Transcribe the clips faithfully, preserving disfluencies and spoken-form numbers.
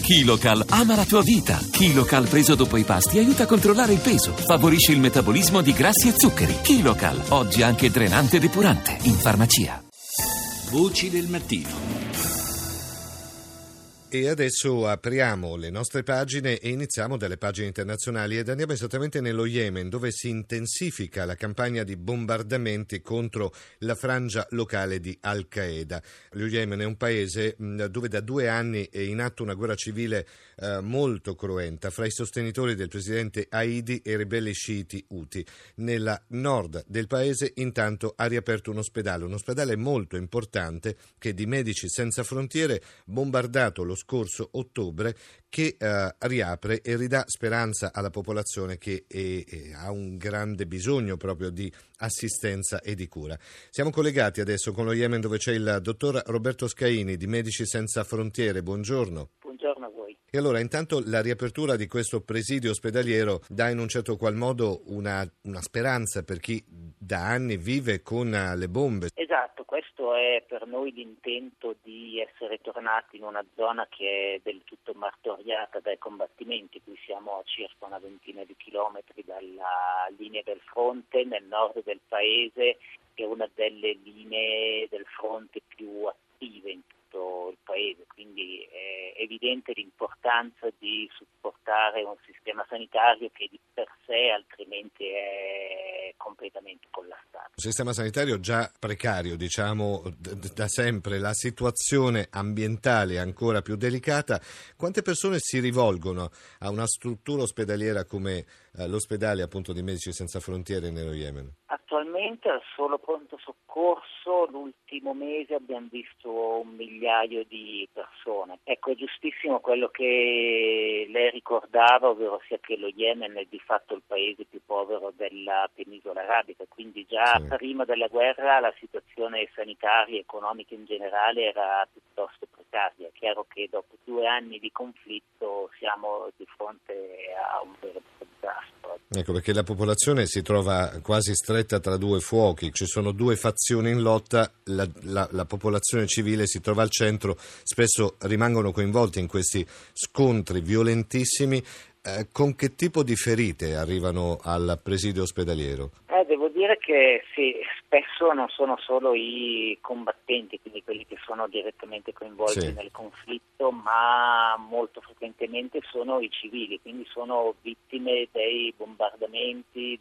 KiloCal ama la tua vita. KiloCal preso dopo i pasti aiuta a controllare il peso, favorisce il metabolismo di grassi e zuccheri. KiloCal, oggi anche drenante e depurante, in farmacia. Voci del mattino. E adesso apriamo le nostre pagine e iniziamo dalle pagine internazionali ed andiamo esattamente nello Yemen, dove si intensifica la campagna di bombardamenti contro la frangia locale di Al-Qaeda. Lo Yemen è un paese dove da due anni è in atto una guerra civile eh, molto cruenta fra i sostenitori del presidente Haidi e i ribelli sciiti Houthi. Nella nord del paese intanto ha riaperto un ospedale, un ospedale molto importante che di Medici Senza Frontiere, bombardato lo scorso ottobre, che eh, riapre e ridà speranza alla popolazione che è, è, ha un grande bisogno proprio di assistenza e di cura. Siamo collegati adesso con lo Yemen, dove c'è il dottor Roberto Scaini di Medici Senza Frontiere. Buongiorno. Buongiorno a voi. E allora, intanto la riapertura di questo presidio ospedaliero dà in un certo qual modo una, una speranza per chi da anni vive con le bombe. Esatto, questo è per noi l'intento di essere tornati in una zona che è del tutto martoriata dai combattimenti. Qui siamo a circa una ventina di chilometri dalla linea del fronte, nel nord del paese, che è una delle linee del fronte più attive in tutto il paese, quindi è evidente l'importanza di supportare un sistema sanitario che di per sé altrimenti è completamente collassato. Un sistema sanitario già precario, diciamo d- da sempre, la situazione ambientale è ancora più delicata. Quante persone si rivolgono a una struttura ospedaliera come eh, l'ospedale appunto di Medici Senza Frontiere nello Yemen? Attualmente al solo pronto soccorso l'ultimo mese abbiamo visto un migliaio di persone. Ecco, è giustissimo quello che lei ricordava, ovvero sia che lo Yemen è di fatto il paese più povero della penisola arabica, quindi già sì. Prima della guerra la situazione sanitaria e economica in generale era piuttosto precaria. È chiaro che dopo due anni di conflitto siamo di fronte a un vero disastro. Ecco, perché la popolazione si trova quasi stretta tra due fuochi, ci sono due fazioni in lotta, la, la, la popolazione civile si trova al centro, spesso rimangono coinvolti in questi scontri violentissimi. Eh, con che tipo di ferite arrivano al presidio ospedaliero? Eh, devo dire che sì, spesso non sono solo i combattenti, quindi quelli che sono direttamente coinvolti sì. nel conflitto, ma molto frequentemente sono i civili, quindi sono vittime dei bombardamenti,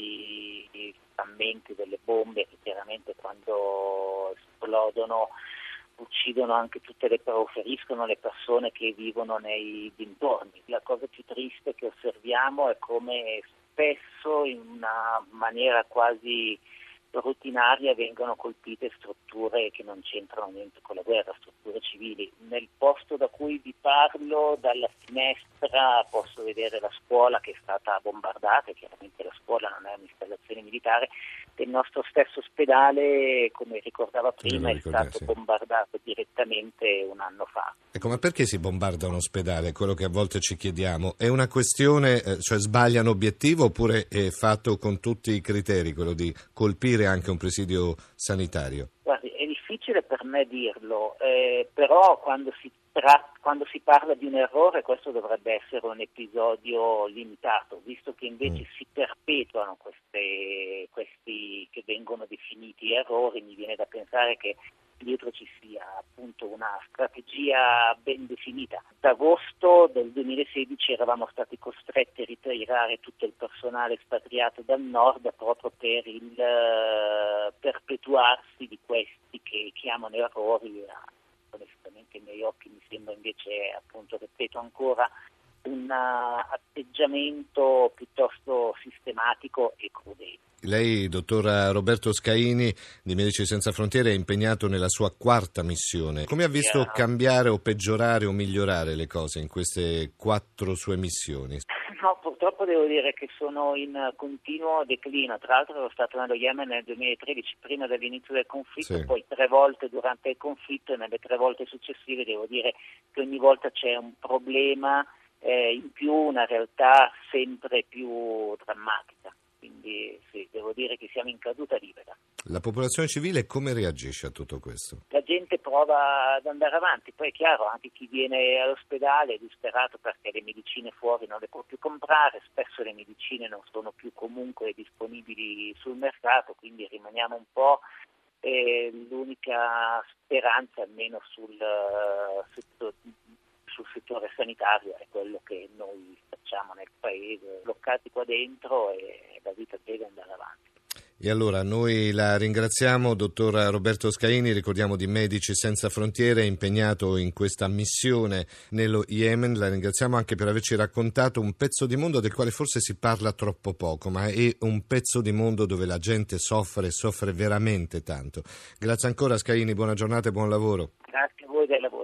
dei frammenti delle bombe che chiaramente quando esplodono uccidono anche tutte le o feriscono le persone che vivono nei dintorni. La cosa più triste che osserviamo è come spesso in una maniera quasi routinaria vengono colpite strutture che non c'entrano niente con la guerra, strutture civili. Nel posto da cui vi parlo, dalla finestra posso vedere la scuola che è stata bombardata, chiaramente la scuola non è un'installazione militare, e il nostro stesso ospedale, come ricordava prima, è stato sì. bombardato direttamente un anno fa. Ecco, ma perché si bombarda un ospedale? È quello che a volte ci chiediamo. È una questione, eh, cioè sbagliano obiettivo oppure è fatto con tutti i criteri, quello di colpire anche un presidio sanitario? Guardi, è difficile per me dirlo, eh, però quando si tra, quando si parla di un errore questo dovrebbe essere un episodio limitato, visto che invece mm. si perpetuano queste, questi che vengono definiti errori. Mi viene da pensare che dietro ci sia appunto una strategia ben definita. Ad agosto del duemilasedici eravamo stati costretti a ritirare tutto il personale espatriato dal nord proprio per il uh, perpetuarsi di questi che chiamano errori. Onestamente ai miei occhi mi sembra invece, appunto, ripeto ancora, un uh, atteggiamento piuttosto sistematico e crudele. Lei, dottor Roberto Scaini di Medici Senza Frontiere, è impegnato nella sua quarta missione. Come ha visto yeah. cambiare o peggiorare o migliorare le cose in queste quattro sue missioni? No, purtroppo devo dire che sono in continuo declino. Tra l'altro ero stato nello Yemen nel duemilatredici, prima dell'inizio del conflitto, sì. poi tre volte durante il conflitto, e nelle tre volte successive devo dire che ogni volta c'è un problema eh, in più, una realtà sempre più drammatica. Quindi quindi sì, devo dire che siamo in caduta libera. La popolazione civile come reagisce a tutto questo? La gente prova ad andare avanti, poi è chiaro, anche chi viene all'ospedale è disperato perché le medicine fuori non le può più comprare, spesso le medicine non sono più comunque disponibili sul mercato, quindi rimaniamo un po' eh, l'unica speranza almeno sul, uh, sul, sul settore sanitario è quello che noi facciamo nel paese, bloccati qua dentro e la vita deve andare avanti. E allora noi la ringraziamo, dottor Roberto Scaini, ricordiamo di Medici Senza Frontiere, impegnato in questa missione nello Yemen. La ringraziamo anche per averci raccontato un pezzo di mondo del quale forse si parla troppo poco, ma è un pezzo di mondo dove la gente soffre, soffre veramente tanto. Grazie ancora Scaini, buona giornata e buon lavoro. Grazie a voi del lavoro.